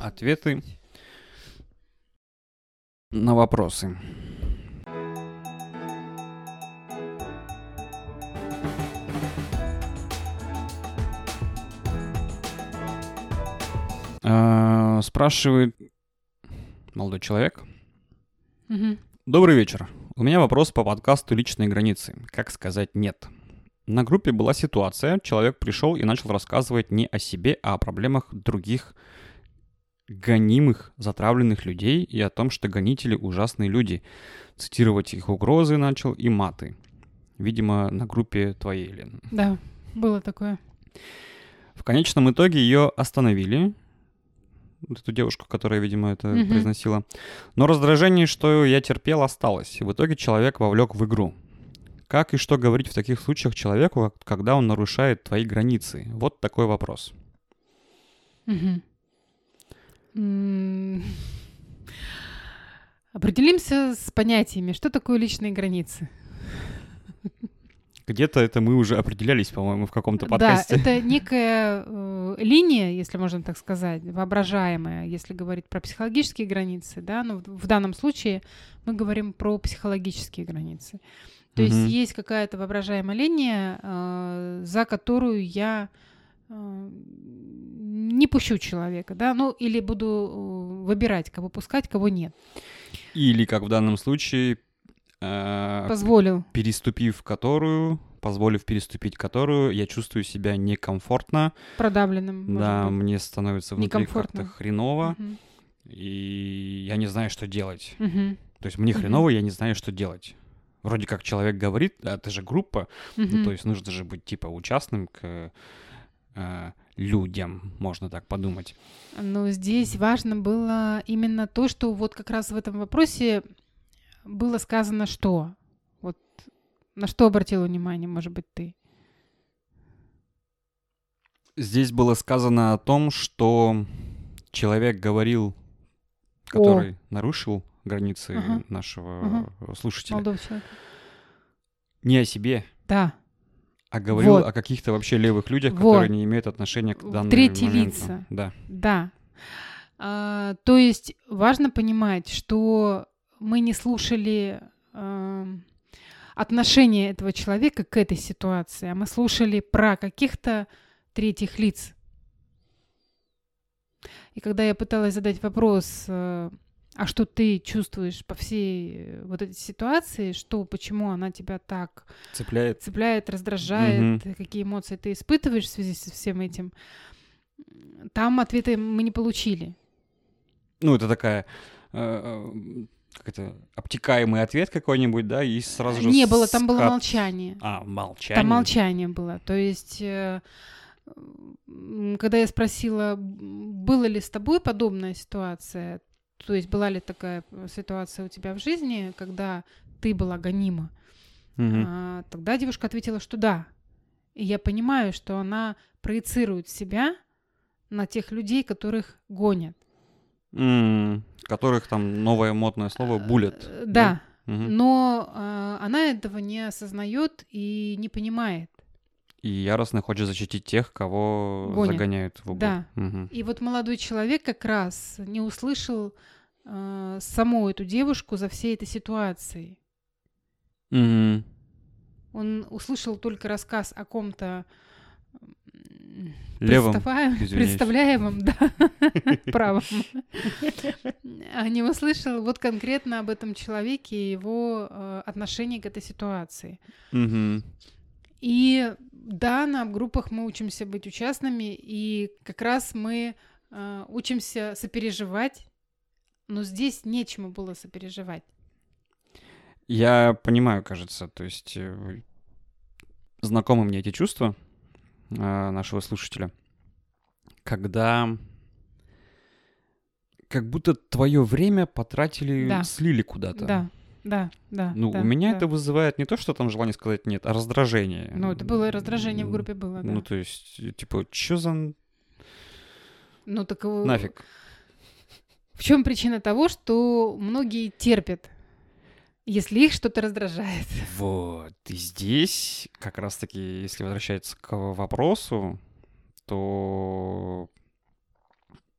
Ответы на вопросы. Спрашивает молодой человек. Мгм. Добрый вечер. У меня вопрос по подкасту «Личные границы». Как сказать «нет»? На группе была ситуация, человек пришел и начал рассказывать не о себе, а о проблемах других гонимых, затравленных людей и о том, что гонители ужасные люди. Цитировать их угрозы начал и маты. Видимо, на группе твоей, Лен. Да, было такое. В конечном итоге ее остановили, вот эту девушку, которая, видимо, это Мгм. произносила. Но раздражение, что я терпел, осталось. В итоге человек вовлек в игру. Как и что говорить в таких случаях человеку, когда он нарушает твои границы? Вот такой вопрос. Мгм. Определимся с понятиями. Что такое личные границы? Где-то это мы уже определялись, по-моему, в каком-то Да, подкасте. это некая линия, если можно так сказать, воображаемая, если говорить про психологические границы, да, но в данном случае мы говорим про психологические границы. То есть Мгм. есть какая-то воображаемая линия, за которую я не пущу человека, да, ну или буду выбирать, кого пускать, кого нет. Или, как в данном случае, Позволю. позволив переступить которую, я чувствую себя некомфортно. Продавленным, Да, может быть. мне становится внутри как-то Некомфортно. хреново, Мгм. и я не знаю, что делать. Мгм. То есть мне Мгм. хреново, я не знаю, что делать. Вроде как человек говорит, а это же группа, ну, Мгм. то есть нужно же быть типа участным к людям, можно так подумать. Но здесь важно было именно то, что вот как раз в этом вопросе было сказано что? Вот на что обратила внимание, может быть, ты? Здесь было сказано о том, что человек говорил, который нарушил границы Ага. нашего слушателя, Молодого человека. не о себе, Да. а говорил Вот. о каких-то вообще левых людях, Вот. которые не имеют отношения к данному Третьи моменту. лица. Да. Да. То есть важно понимать, что мы не слушали отношение этого человека к этой ситуации, а мы слушали про каких-то третьих лиц. И когда я пыталась задать вопрос, а что ты чувствуешь по всей вот этой ситуации, что, почему она тебя так Цепляет. раздражает, какие эмоции ты испытываешь в связи со всем этим, там ответы мы не получили. Ну, это такая как это, обтекаемый ответ какой-нибудь, да, и сразу же Не было, там было скат. молчание. Молчание. Там молчание было. То есть, когда я спросила, была ли с тобой подобная ситуация, то есть была ли такая ситуация у тебя в жизни, когда ты была гонима, Мгм. тогда девушка ответила, что да. И я понимаю, что она проецирует себя на тех людей, которых гонят. Которых там новое модное слово буллет. Да. Мгм. Но она этого не осознает и не понимает. И яростно хочет защитить тех, кого Гонят. загоняют в угол. Да. Мгм. И вот молодой человек как раз не услышал саму эту девушку за всей этой ситуацией. Мгм. Он услышал только рассказ о ком-то Левым, извиняюсь. представляемом, да, правом. А не услышал вот конкретно об этом человеке и его отношении к этой ситуации. Мгм. И да, на группах мы учимся быть участными, и как раз мы учимся сопереживать, но здесь нечему было сопереживать. Я понимаю, кажется, то есть знакомы мне эти чувства нашего слушателя, когда как будто твое время потратили, Да. слили куда-то. Да. Ну, у меня это вызывает не то, что там желание сказать нет, а раздражение. Ну, это было раздражение в группе было, да. Ну, то есть, типа, что за Ну, так нафиг? в чем причина того, что многие терпят, если их что-то раздражает? Вот. И здесь, как раз-таки, если возвращаться к вопросу, то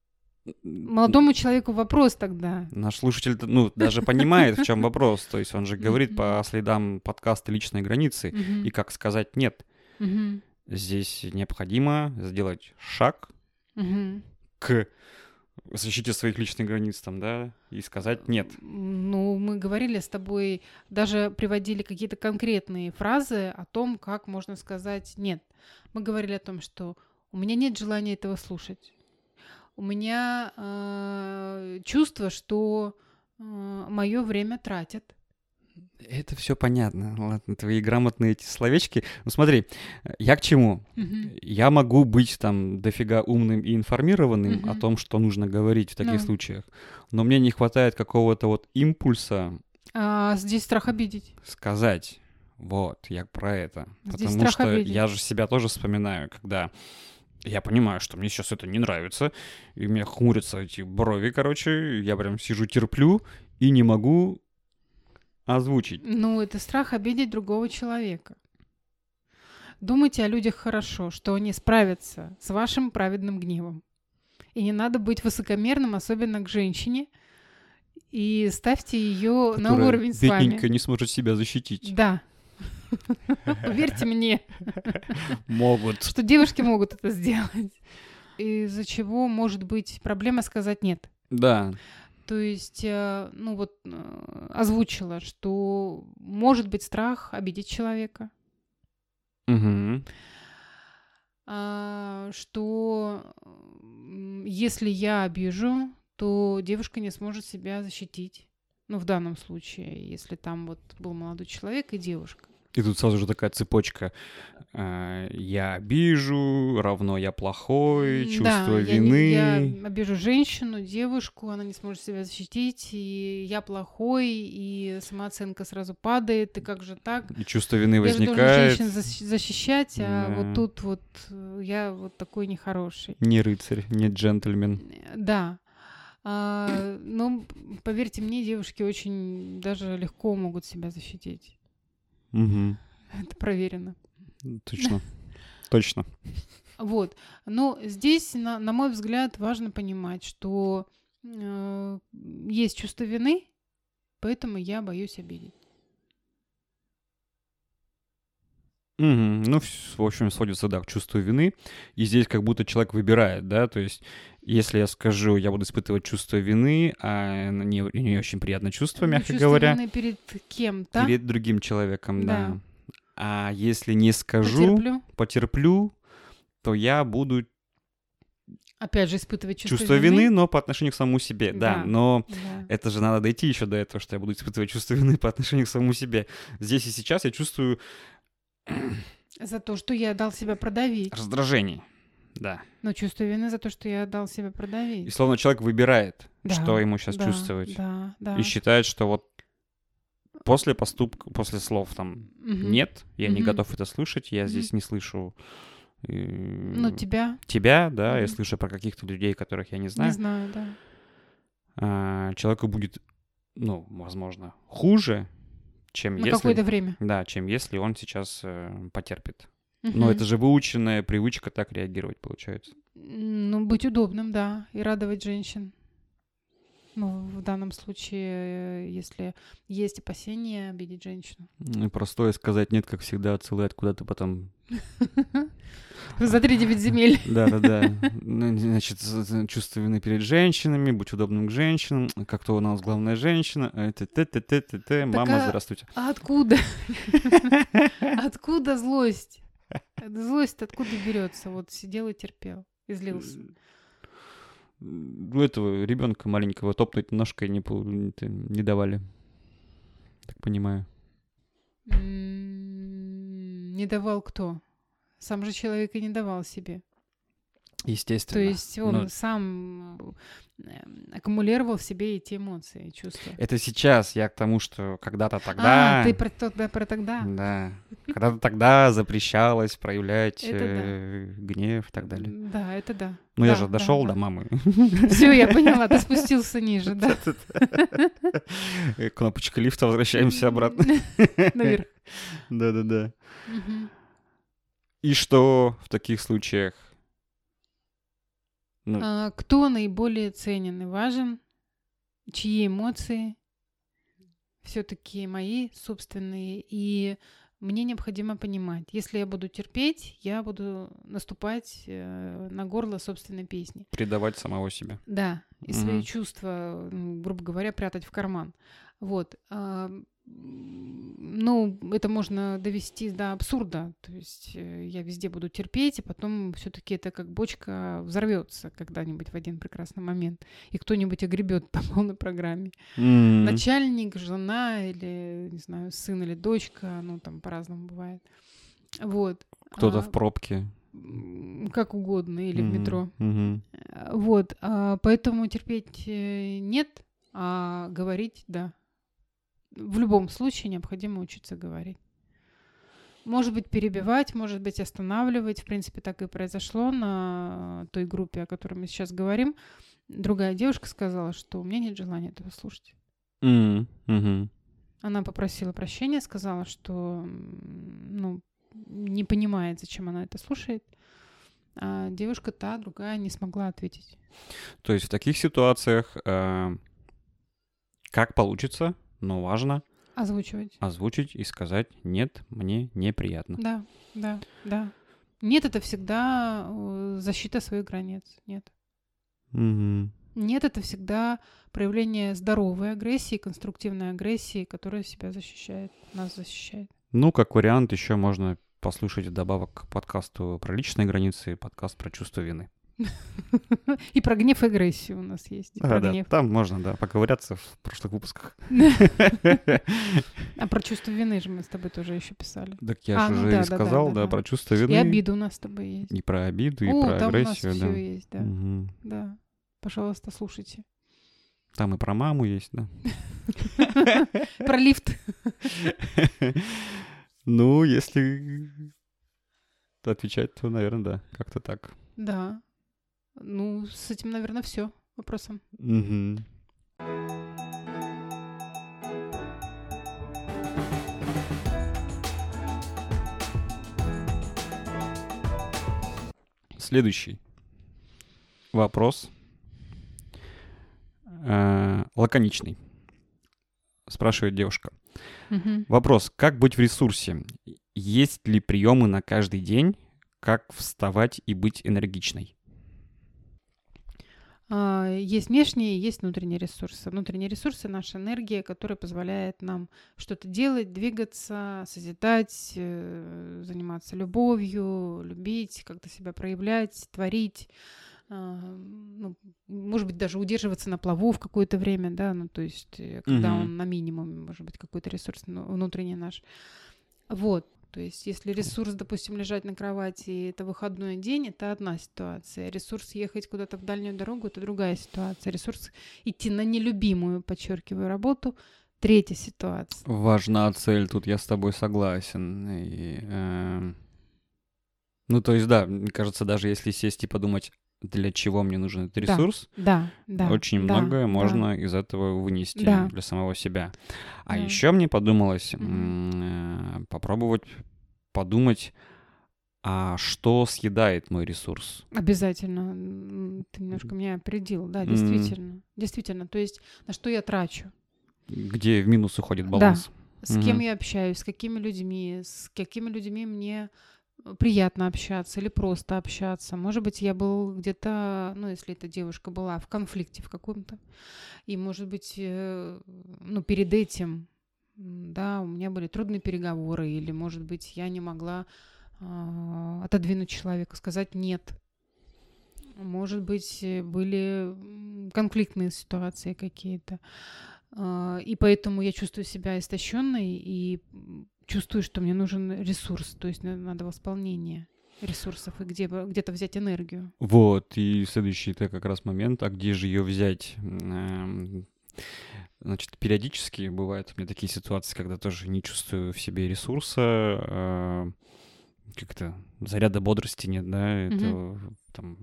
Молодому человеку вопрос тогда. Наш слушатель, даже понимает, в чем вопрос. То есть он же говорит по следам подкаста «Личной границы» и как сказать «нет». Здесь необходимо сделать шаг к защите своих личных границ, там, да, и сказать «нет». Ну, мы говорили с тобой, даже приводили какие-то конкретные фразы о том, как можно сказать «нет». Мы говорили о том, что у меня нет желания этого слушать. У меня чувство, что мое время тратят. Это все понятно. Ладно, твои грамотные эти словечки. Ну смотри, я к чему? Я могу быть там дофига умным и информированным о том, что нужно говорить в таких случаях, но мне не хватает какого-то вот импульса. А здесь страх обидеть. Сказать. Вот, я про это. Здесь Потому что обидеть. я же себя тоже вспоминаю, когда я понимаю, что мне сейчас это не нравится, и у меня хмурятся эти брови, короче, я прям сижу, терплю и не могу озвучить. Ну, это страх обидеть другого человека. Думайте о людях хорошо, что они справятся с вашим праведным гневом. И не надо быть высокомерным, особенно к женщине, и ставьте ее на уровень с вами. Бедненько не сможет себя защитить. Да. Поверьте мне. Могут. Что девушки могут это сделать. Из-за чего может быть проблема сказать «нет». Да. То есть, озвучила, что может быть страх обидеть человека. Что если я обижу, то девушка не сможет себя защитить. Ну, в данном случае, если там вот был молодой человек и девушка. И тут сразу же такая цепочка. Я обижу, равно я плохой, чувство вины. Я обижу женщину, девушку, она не сможет себя защитить, и я плохой, и самооценка сразу падает, и как же так? И чувство вины возникает. Я же должен женщин защищать, а вот тут вот я вот такой нехороший. Не рыцарь, не джентльмен. Да. Но, поверьте мне, девушки очень даже легко могут себя защитить. Это проверено. Точно. Точно. Вот. Но здесь, на мой взгляд, важно понимать, что есть чувство вины, поэтому я боюсь обидеть. Ну, в общем, сводится, да, к чувству вины. И здесь как будто человек выбирает, да, то есть если я скажу, я буду испытывать чувство вины, а не очень приятное чувство, мягко говоря. Чувство вины перед кем-то. Перед другим человеком, да. А если не скажу, потерплю, то я буду опять же испытывать чувство вины, но по отношению к самому себе. Да, но это же надо дойти еще до этого, что я буду испытывать чувство вины по отношению к самому себе. Здесь и сейчас я чувствую... За то, что я дал себя продавить. Раздражение, да. Но чувство вины за то, что я дал себя продавить. И словно человек выбирает, что ему сейчас чувствовать. И считает, что вот после поступка, после слов там «нет», я не готов это слышать, я здесь не слышу... тебя. Тебя, да, я слышу про каких-то людей, которых я не знаю. Не знаю, да. Человеку будет, возможно, хуже, чем на какое-то время. Да, чем если он сейчас потерпит. Но это же выученная привычка так реагировать, получается. Быть удобным, да, и радовать женщин. В данном случае, если есть опасения, обидеть женщину. Простое сказать «нет», как всегда, отсылает куда-то потом... За 3-9 земель. Да. Значит, чувство вины перед женщинами, будь удобным к женщинам, как то у нас главная женщина, мама, здравствуйте. А откуда? Откуда злость? Злость откуда берется? Вот сидел и терпел, и злился. У этого ребенка маленького топнуть ножкой не давали. Так понимаю. Не давал кто? Сам же человек и не давал себе. Естественно. То есть он сам аккумулировал в себе эти эмоции, чувства. Это сейчас я к тому, что когда-то тогда... ты про тогда? Да. Когда-то тогда запрещалось проявлять гнев и так далее. Да, это да. Ну, я же дошел до мамы. Все, я поняла, ты спустился ниже, да. Кнопочка лифта, возвращаемся обратно. Наверх. Да. И что в таких случаях? Кто наиболее ценен и важен? Чьи эмоции? Все-таки мои собственные. И мне необходимо понимать, если я буду терпеть, я буду наступать на горло собственной песни. Предавать самого себя. Да, и свои чувства, грубо говоря, прятать в карман. Вот. Это можно довести до абсурда. То есть я везде буду терпеть, и потом все-таки это как бочка взорвется когда-нибудь в один прекрасный момент, и кто-нибудь огребет по полной программе. Начальник, жена или, не знаю, сын или дочка, там по-разному бывает. Вот. Кто-то в пробке. Как угодно, или в метро. Вот. Поэтому терпеть нет, а говорить да. В любом случае необходимо учиться говорить. Может быть, перебивать, может быть, останавливать. В принципе, так и произошло на той группе, о которой мы сейчас говорим. Другая девушка сказала, что у меня нет желания этого слушать. Она попросила прощения, сказала, что не понимает, зачем она это слушает. А девушка другая, не смогла ответить. То есть в таких ситуациях как получится, но важно озвучить и сказать: нет, мне неприятно. Да. Нет, это всегда защита своих границ. Нет. Нет, это всегда проявление здоровой агрессии, конструктивной агрессии, которая нас защищает. Как вариант, еще можно послушать вдобавок к подкасту про личные границы, подкаст про чувство вины. И про гнев и агрессию у нас есть. Там можно, поковыряться в прошлых выпусках. А про чувство вины же мы с тобой тоже еще писали. Так я же уже и сказал, про чувство вины. И обиду у нас с тобой есть. И про обиду, и про агрессию. Там у нас все есть, да. Да. Пожалуйста, слушайте. Там и про маму есть, да. Про лифт. Если отвечать, то, наверное, да. Как-то так. Да. С этим, наверное, все вопросом. Следующий вопрос. Лаконичный. Спрашивает девушка. Вопрос. Как быть в ресурсе? Есть ли приемы на каждый день? Как вставать и быть энергичной? Есть внешние, есть внутренние ресурсы. Внутренние ресурсы — наша энергия, которая позволяет нам что-то делать, двигаться, созидать, заниматься любовью, любить, как-то себя проявлять, творить. Может быть, даже удерживаться на плаву в какое-то время, да, то есть когда он на минимуме, может быть, какой-то ресурс внутренний наш. Вот. То есть если ресурс, допустим, лежать на кровати, это выходной день, это одна ситуация. Ресурс ехать куда-то в дальнюю дорогу — это другая ситуация. Ресурс идти на нелюбимую, подчеркиваю, работу — третья ситуация. Важна цель, тут я с тобой согласен. То есть, да, мне кажется, даже если сесть и подумать, для чего мне нужен этот ресурс, очень многое можно из этого вынести для самого себя. А еще мне подумалось попробовать подумать, а что съедает мой ресурс? Обязательно. Ты немножко меня опередил. Да, действительно. Действительно. То есть на что я трачу? Где в минус уходит баланс? Да. С кем я общаюсь, с какими людьми мне приятно общаться или просто общаться. Может быть, я был где-то, если эта девушка была в конфликте в каком-то, и, может быть, перед этим, да, у меня были трудные переговоры, или, может быть, я не могла отодвинуть человека, сказать «нет». Может быть, были конфликтные ситуации какие-то. И поэтому я чувствую себя истощенной и чувствую, что мне нужен ресурс, то есть надо восполнение ресурсов и где-то взять энергию. Вот, и следующий-то как раз момент, а где же ее взять? Значит, периодически бывают у меня такие ситуации, когда тоже не чувствую в себе ресурса, как-то заряда бодрости нет, да, это там,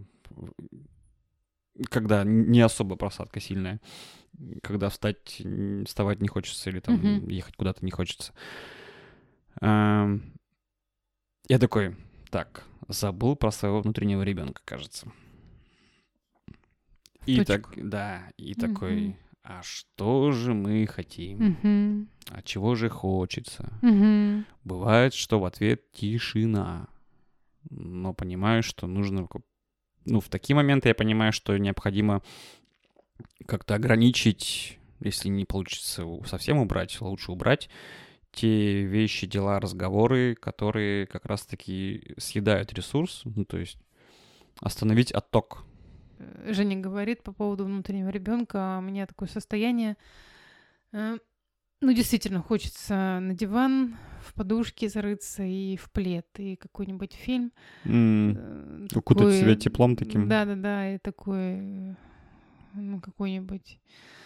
когда не особо просадка сильная, когда вставать не хочется или там ехать куда-то не хочется. Я такой, забыл про своего внутреннего ребенка, кажется. И точку. такой, а что же мы хотим? Мгм. А чего же хочется? Мгм. Бывает, что в ответ тишина. Но понимаю, что нужно... Ну, в такие моменты я понимаю, что необходимо как-то ограничить, если не получится совсем убрать, лучше убрать те вещи, дела, разговоры, которые как раз-таки съедают ресурс, ну, то есть остановить отток. Женя говорит по поводу внутреннего ребенка. У меня такое состояние. Ну, действительно, хочется на диван, в подушке зарыться и в плед, и какой-нибудь фильм. Укутать себя теплом таким. Да, и такой, ну, какой-нибудь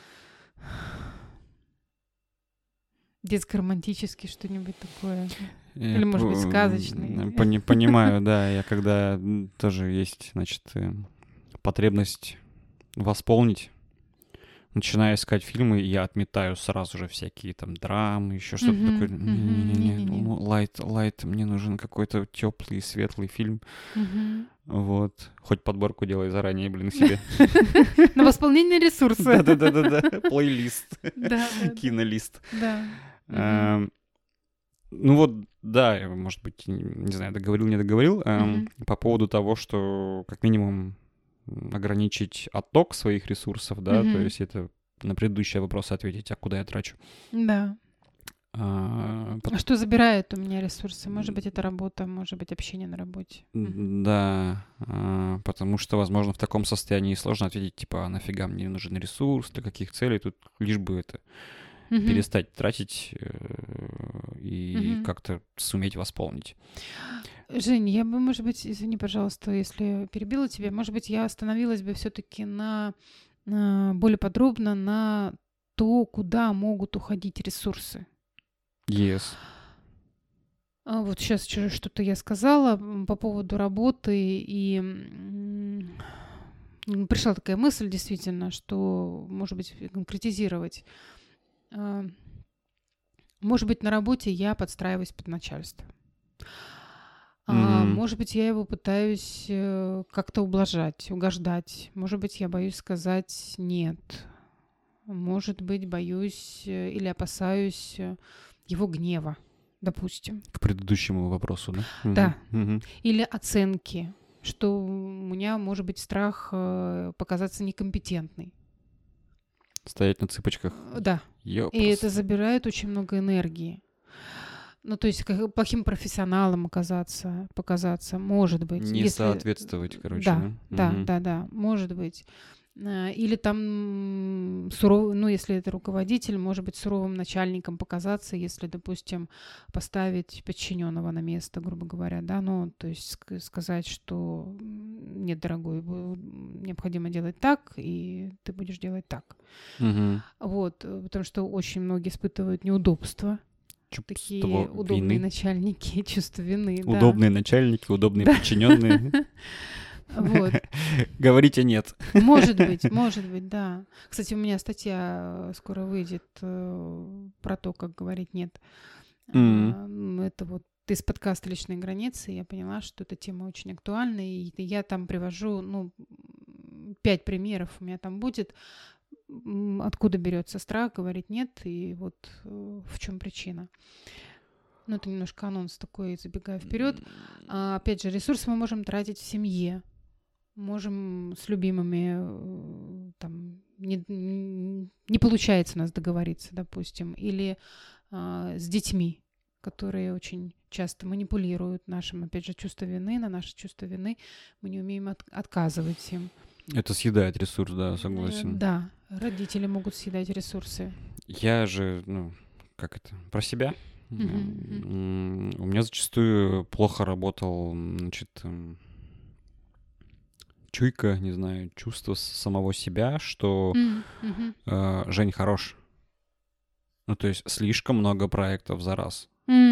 детско-романтический, что-нибудь такое. Или, может быть, сказочный. Понимаю, да. Я когда тоже есть, значит, потребность восполнить, начинаю искать фильмы, и я отметаю сразу же всякие там драмы, еще что-то такое. Не-не-не, лайт, мне нужен какой-то теплый, светлый фильм. Вот. Хоть подборку делай заранее, блин, себе. На восполнение ресурса. Да. Плейлист. Кинолист. Да. Ну вот, да, может быть, не знаю, договорил, не договорил, по поводу того, что как минимум ограничить отток своих ресурсов, да, то есть это на предыдущий вопрос ответить, а куда я трачу. Да. А что забирает у меня ресурсы? Может быть, это работа, может быть, общение на работе. Да, потому что, возможно, в таком состоянии сложно ответить, типа, а нафига мне нужен ресурс, для каких целей, тут лишь бы это перестать тратить и как-то суметь восполнить. Жень, я бы, может быть, извини, пожалуйста, если перебила тебя, может быть, я остановилась бы все-таки более подробно на то, куда могут уходить ресурсы. Yes. Вот сейчас что-то я сказала по поводу работы, и пришла такая мысль, действительно, что, может быть, конкретизировать. Может быть, на работе я подстраиваюсь под начальство. Может быть, я его пытаюсь как-то ублажать, угождать. Может быть, я боюсь сказать «нет». Может быть, боюсь или опасаюсь его гнева, допустим. К предыдущему вопросу, да? Да. Или оценки, что у меня может быть страх показаться некомпетентной. Стоять на цыпочках. Да. Ёпрст. И это забирает очень много энергии. Ну, то есть как плохим профессионалом показаться, может быть. Не соответствовать, короче. Да, может быть. Или там суровый, ну, если это руководитель, может быть, суровым начальником показаться, если, допустим, поставить подчиненного на место, грубо говоря, да, ну, то есть сказать, что нет, дорогой, необходимо делать так, и ты будешь делать так. Вот, потому что очень многие испытывают неудобства. Такие удобные начальники, чувство вины. Удобные начальники, удобные подчиненные. Вот. Говорите нет. Может быть, да. Кстати, у меня статья скоро выйдет про то, как говорить нет. Это вот из подкаста «Личные границы». Я поняла, что эта тема очень актуальна, и я там привожу, 5 примеров у меня там будет, откуда берется страх говорить нет, и вот в чем причина. Ну, это немножко анонс такой, забегая вперед. Опять же, ресурсы мы можем тратить в семье. Можем с любимыми, там, не получается у нас договориться, допустим, или с детьми, которые очень часто манипулируют нашим, опять же, чувство вины, на наше чувство вины мы не умеем отказывать им. Это съедает ресурс, да, согласен. Да, родители могут съедать ресурсы. Я же, про себя. У меня зачастую плохо работал, значит, чуйка, не знаю, чувство самого себя, что Жень хорош. Ну, то есть слишком много проектов за раз.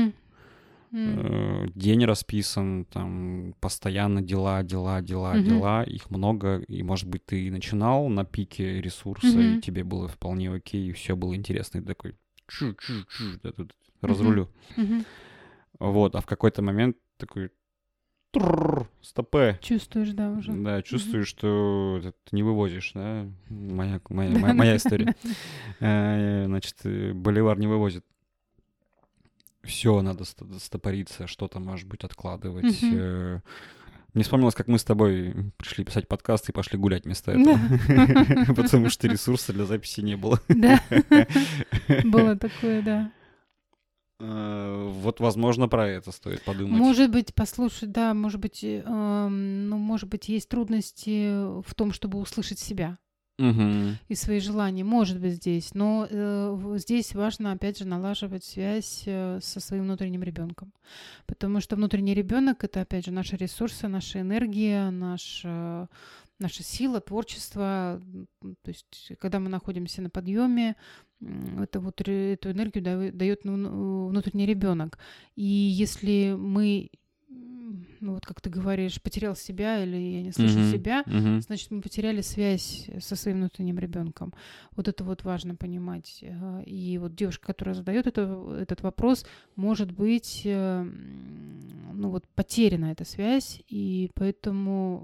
День расписан, там постоянно дела, их много, и, может быть, ты начинал на пике ресурса, и тебе было вполне окей, и все было интересно, и такой я тут разрулю. Вот, а в какой-то момент такой стопэ. Чувствуешь, да, уже. Да, чувствую, что ты не вывозишь, да? Моя история. Значит, боливар не вывозит. Все, надо стопориться, что-то, может быть, откладывать. Мне вспомнилось, как мы с тобой пришли писать подкаст и пошли гулять вместо этого. Потому что ресурса для записи не было. Да, было такое, да. Вот, возможно, про это стоит подумать. Может быть, послушать, да, может быть, может быть, есть трудности в том, чтобы услышать себя и свои желания. Может быть, здесь. Но здесь важно, опять же, налаживать связь со своим внутренним ребенком. Потому что внутренний ребенок — это, опять же, наши ресурсы, наша энергия, наша сила, творчество. То есть, когда мы находимся на подъеме, эту энергию дает внутренний ребенок. И если мы, вот как ты говоришь, потерял себя или я не слышу себя, значит, мы потеряли связь со своим внутренним ребенком. Вот это вот важно понимать. И вот девушка, которая задает этот вопрос, может быть, потеряна эта связь, и поэтому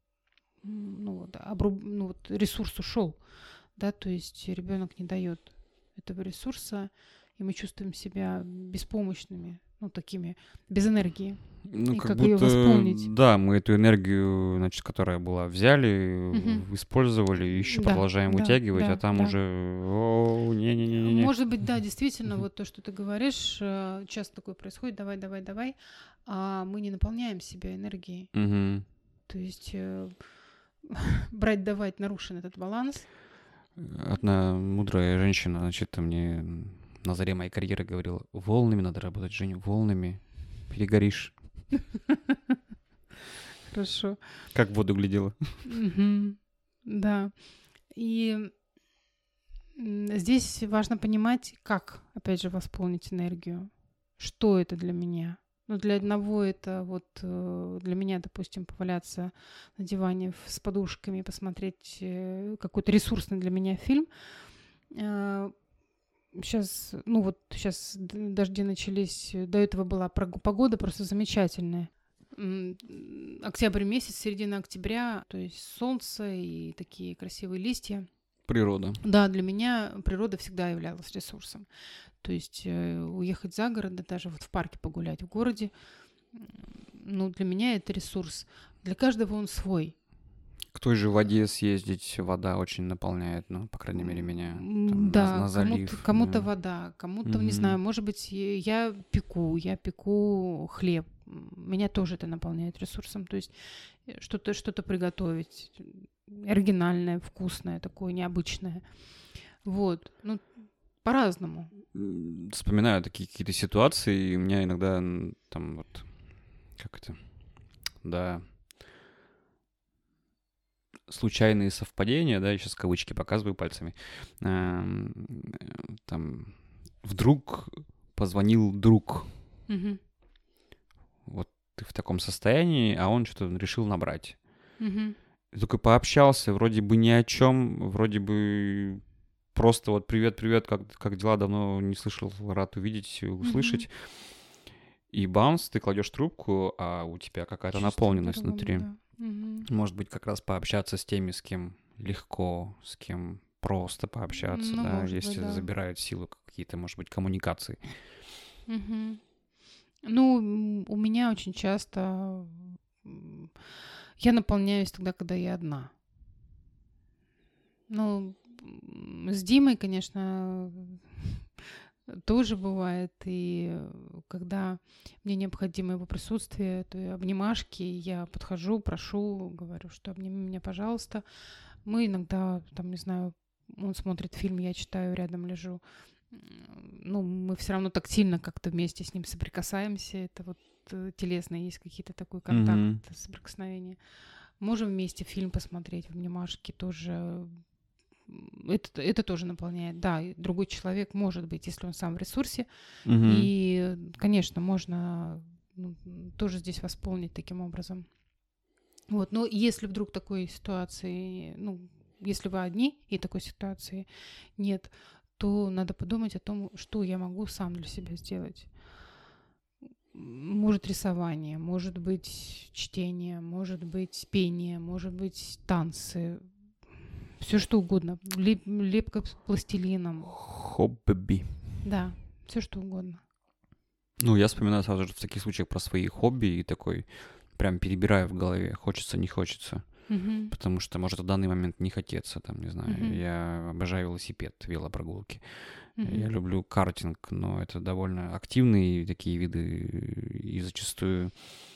ресурс ушел, да, то есть ребенок не дает этого ресурса, и мы чувствуем себя беспомощными, такими, без энергии. Ну, и как как будто, ее восполнить? да, мы эту энергию, значит, которая была, взяли, использовали, и еще продолжаем вытягивать, а там уже, не-не-не-не. Может быть, да, действительно, вот то, что ты говоришь, часто такое происходит, давай, а мы не наполняем себя энергией. То есть брать-давать, нарушен этот баланс. Одна мудрая женщина, значит, мне на заре моей карьеры говорила: волнами надо работать, Женя, волнами. Перегоришь. Хорошо. Как в воду глядела. Да. И здесь важно понимать, как, опять же, восполнить энергию. Что это для меня? Для одного это для меня, допустим, поваляться на диване с подушками, посмотреть какой-то ресурсный для меня фильм. Сейчас дожди начались, до этого была погода просто замечательная. Октябрь месяц, середина октября, то есть солнце и такие красивые листья. Природа. Да, для меня природа всегда являлась ресурсом. То есть уехать за город, да, даже в парке погулять в городе, для меня это ресурс. Для каждого он свой. К той же воде съездить, вода очень наполняет, по крайней мере, меня на залив. Кому-то вода, кому-то, не знаю, может быть, я пеку хлеб. Меня тоже это наполняет ресурсом. То есть что-то приготовить оригинальное, вкусное, такое необычное. Вот. По-разному. Вспоминаю такие какие-то ситуации, и у меня иногда случайные совпадения, да, я сейчас кавычки показываю пальцами, вдруг позвонил друг. Вот ты в таком состоянии, а он что-то решил набрать. И только пообщался, вроде бы ни о чем, вроде бы просто вот привет, как дела, давно не слышал, рад увидеть, услышать. И бамс, ты кладешь трубку, а у тебя какая-то наполненность внутри. Да. Может быть, как раз пообщаться с теми, с кем легко, с кем просто пообщаться, да, если забирают силу какие-то, может быть, коммуникации. У меня очень часто я наполняюсь тогда, когда я одна. С Димой, конечно, тоже бывает. И когда мне необходимо его присутствие, то обнимашки, я подхожу, прошу, говорю, что обними меня, пожалуйста. Мы иногда, не знаю, он смотрит фильм, я читаю, рядом лежу. Мы все равно тактильно как-то вместе с ним соприкасаемся. Это телесно, есть какие-то такой контакт, соприкосновение. Можем вместе фильм посмотреть в обнимашке тоже. Это тоже наполняет. Да, другой человек может быть, если он сам в ресурсе. И, конечно, можно тоже здесь восполнить таким образом. Вот. Но если вдруг такой ситуации, если вы одни и такой ситуации нет, то надо подумать о том, что я могу сам для себя сделать. Может рисование, может быть чтение, может быть пение, может быть танцы. Все что угодно. Лепка с пластилином. Хобби. Да, все что угодно. Ну, я вспоминаю сразу же в таких случаях про свои хобби и такой прям перебираю в голове, хочется, не хочется. Мгм. Потому что, может, в данный момент не хотеться, там, не знаю, Мгм. я обожаю велосипед, велопрогулки. Я Мгм. люблю картинг, но это довольно активные такие виды и зачастую,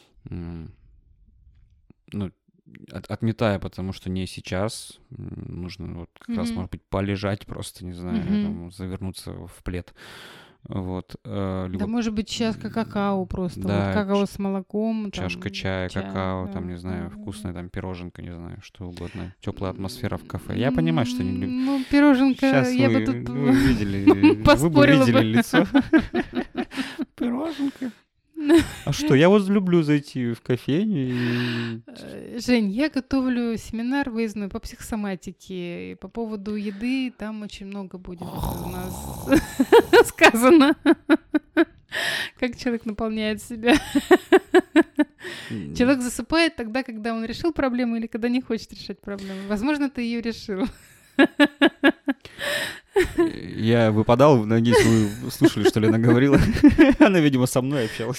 ну, отметаю, потому что не сейчас. Нужно вот как раз, Мгм. может быть, полежать просто, не знаю, Мгм. там, завернуться в плед. Вот. Да, Либо, может быть, чашка какао просто. Вот да, какао с молоком, чашка там, чая, чай, какао, да, там, не да, знаю, да, вкусная да. там пироженка, не знаю, что угодно. Теплая атмосфера в кафе. Я понимаю, что не люблю. Ну, пироженка, Сейчас я бы вы, тут вы видели, вы бы поспорила видели бы. лицо. Пироженка. А что, я вот люблю зайти в кофейню и... Жень, я готовлю семинар выездной по психосоматике. И по поводу еды там очень много будет у нас сказано. Как человек наполняет себя. Человек засыпает тогда, когда он решил проблему или когда не хочет решать проблему. Возможно, ты ее решил. Я выпадал, надеюсь, вы слушали, что Лена говорила. Она, видимо, со мной общалась.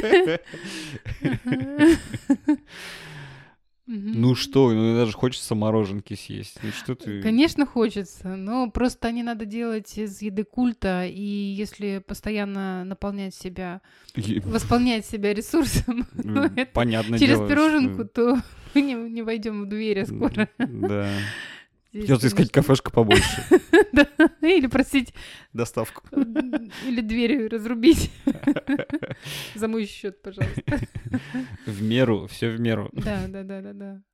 Ну что, ну даже хочется мороженки съесть. Ну что ты... Конечно, хочется, но просто не надо делать из еды культа, и если постоянно наполнять себя, восполнять себя ресурсом, Понятно через дело, пироженку, то мы не войдем в двери скоро. Да. Здесь, Придется искать конечно. кафешку побольше. Да, или просить Доставку. или дверь разрубить. За мой счет, пожалуйста. В меру, все в меру. Да, да, да, да, да.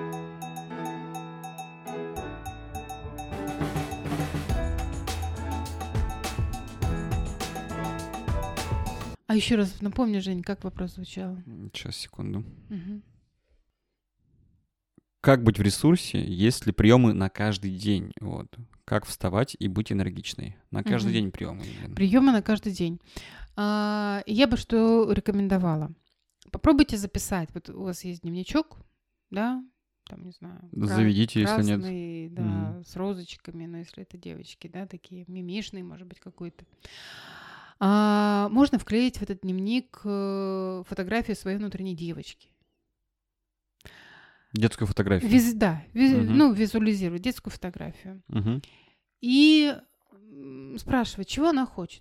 А еще раз напомни, Жень, как вопрос звучал? Сейчас, секунду. Мгм. Как быть в ресурсе, если приемы на каждый день? Вот. Как вставать и быть энергичной? На каждый Мгм. день приемы. Приемы на каждый день. Я бы что рекомендовала? Попробуйте записать. Вот у вас есть дневничок, да? Там, не знаю, Заведите, если нет. красный, да, Мгм. с розочками, но если это девочки, да, такие мимишные, может быть, какой-то. Можно вклеить в этот дневник фотографию своей внутренней девочки. Детскую фотографию. Ну, визуализировать детскую фотографию. Мгм. И спрашивать, чего она хочет.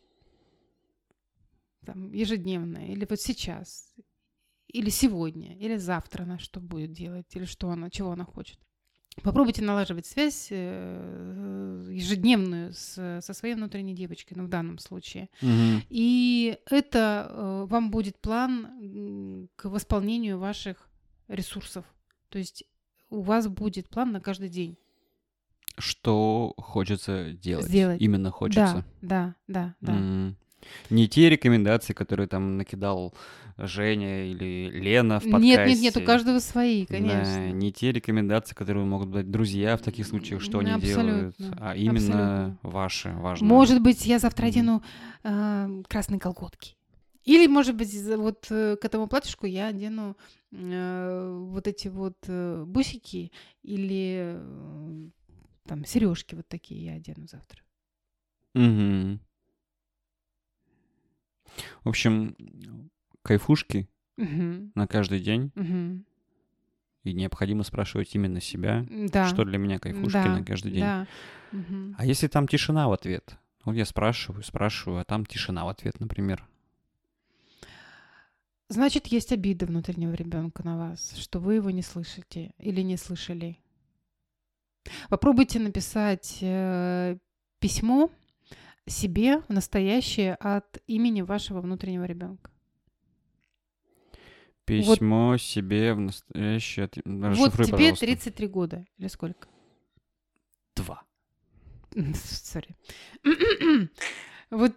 Там, ежедневно, или вот сейчас, или сегодня, или завтра она что будет делать, или чего она хочет. Попробуйте налаживать связь ежедневную со своей внутренней девочкой, ну, в данном случае. Мгм. И это вам будет план к восполнению ваших ресурсов. То есть у вас будет план на каждый день. Что хочется делать? Сделать. Именно хочется. Да. Не те рекомендации, которые там накидал Женя или Лена в подкасте. Нет, у каждого свои, Да, конечно. не те рекомендации, которые могут дать друзья в таких случаях, что они делают, Абсолютно, а именно абсолютно. ваши важные. Может быть, я завтра Мгм. одену красные колготки. Или, может быть, вот к этому платьишку я одену вот эти вот бусики или там сережки вот такие я одену завтра. Мгм. В общем, кайфушки Мгм. на каждый день, Мгм. и необходимо спрашивать именно себя, Да. что для меня кайфушки Да. на каждый день. Да. Мгм. А если там тишина в ответ? Вот я спрашиваю, а там тишина в ответ, например. Значит, есть обида внутреннего ребенка на вас, что вы его не слышите или не слышали. Попробуйте написать письмо себе в настоящее от имени вашего внутреннего ребенка. Письмо себе в настоящее... Вот Расшифруй, тебе пожалуйста. 33 года или сколько? 2. Сори. Вот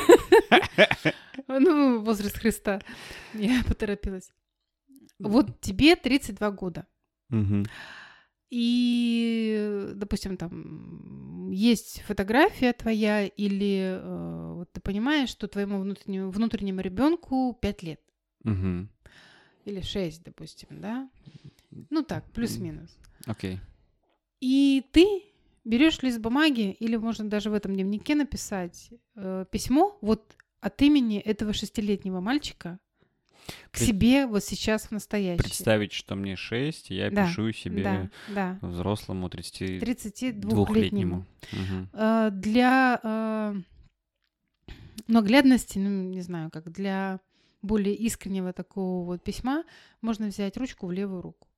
ну, возраст Христа. Я поторопилась. Вот тебе 32 года. Мгм. И, допустим, там есть фотография твоя, или вот ты понимаешь, что твоему внутреннему ребенку 5 лет. Мгм. Или 6, допустим, да? Ну так, плюс-минус. Окей. И ты берешь лист бумаги, или можно даже в этом дневнике написать письмо вот от имени этого 6-летнего мальчика к Пред- себе вот сейчас в настоящее. Представить, что мне 6, я Да, пишу себе да. взрослому 32-летнему. 32-летнему. Мгм. Для наглядности, ну, не знаю, как для более искреннего такого вот письма можно взять ручку в левую руку.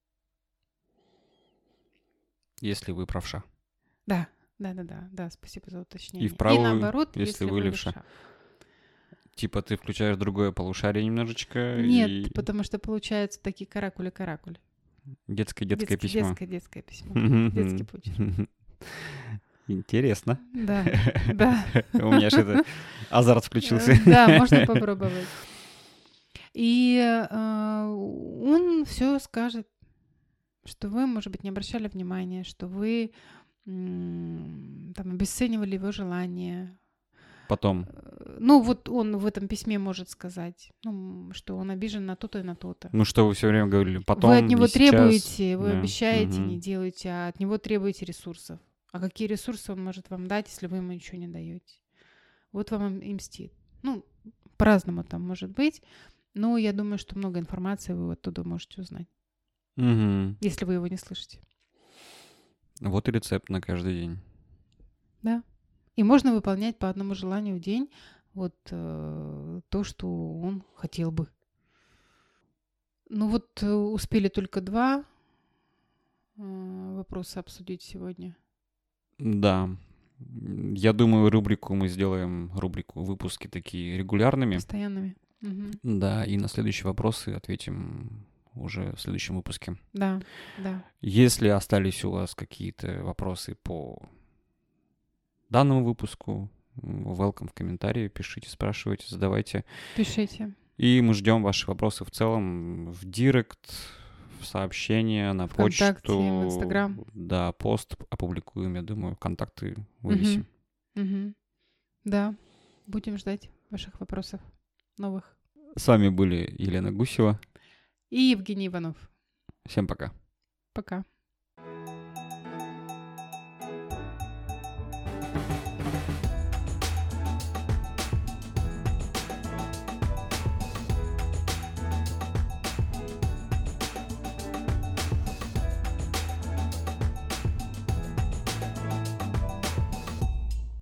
Если вы правша. Да, спасибо за уточнение. И в правую, наоборот, если вы левша. Типа ты включаешь другое полушарие немножечко. Нет, и потому что получаются такие каракули. Детское письмо. Детское письмо. Детский почерк. Интересно. Да. У меня же это азарт включился. Да, можно попробовать. И он все скажет, что вы, может быть, не обращали внимания, что вы там обесценивали его желание. Потом. Ну, вот он в этом письме может сказать, что он обижен на то-то и на то-то. Ну, что вы все время говорили, потом, Вы от него не сейчас. требуете, вы Да. обещаете, Мгм. не делаете, а от него требуете ресурсов. А какие ресурсы он может вам дать, если вы ему ничего не даете? Вот вам и мстит. Ну, по-разному там может быть, но я думаю, что много информации вы оттуда можете узнать, Мгм. если вы его не слышите. Вот и рецепт на каждый день. Да. И можно выполнять по одному желанию в день вот то, что он хотел бы. Ну вот успели только 2 вопроса обсудить сегодня. Да. Я думаю, рубрику выпуски такие регулярными. Постоянными. Мгм. Да, и на следующие вопросы ответим уже в следующем выпуске. Да. Если остались у вас какие-то вопросы по данному выпуску, welcome в комментарии, пишите, спрашивайте, задавайте. Пишите. И мы ждем ваши вопросы в целом в директ, в сообщения, на ВКонтакте, почту. в Инстаграм. Да, пост опубликуем, я думаю, контакты вывесим. Мгм. Да. Будем ждать ваших вопросов новых. С вами были Елена Гусева. И Евгений Иванов. Всем пока. Пока.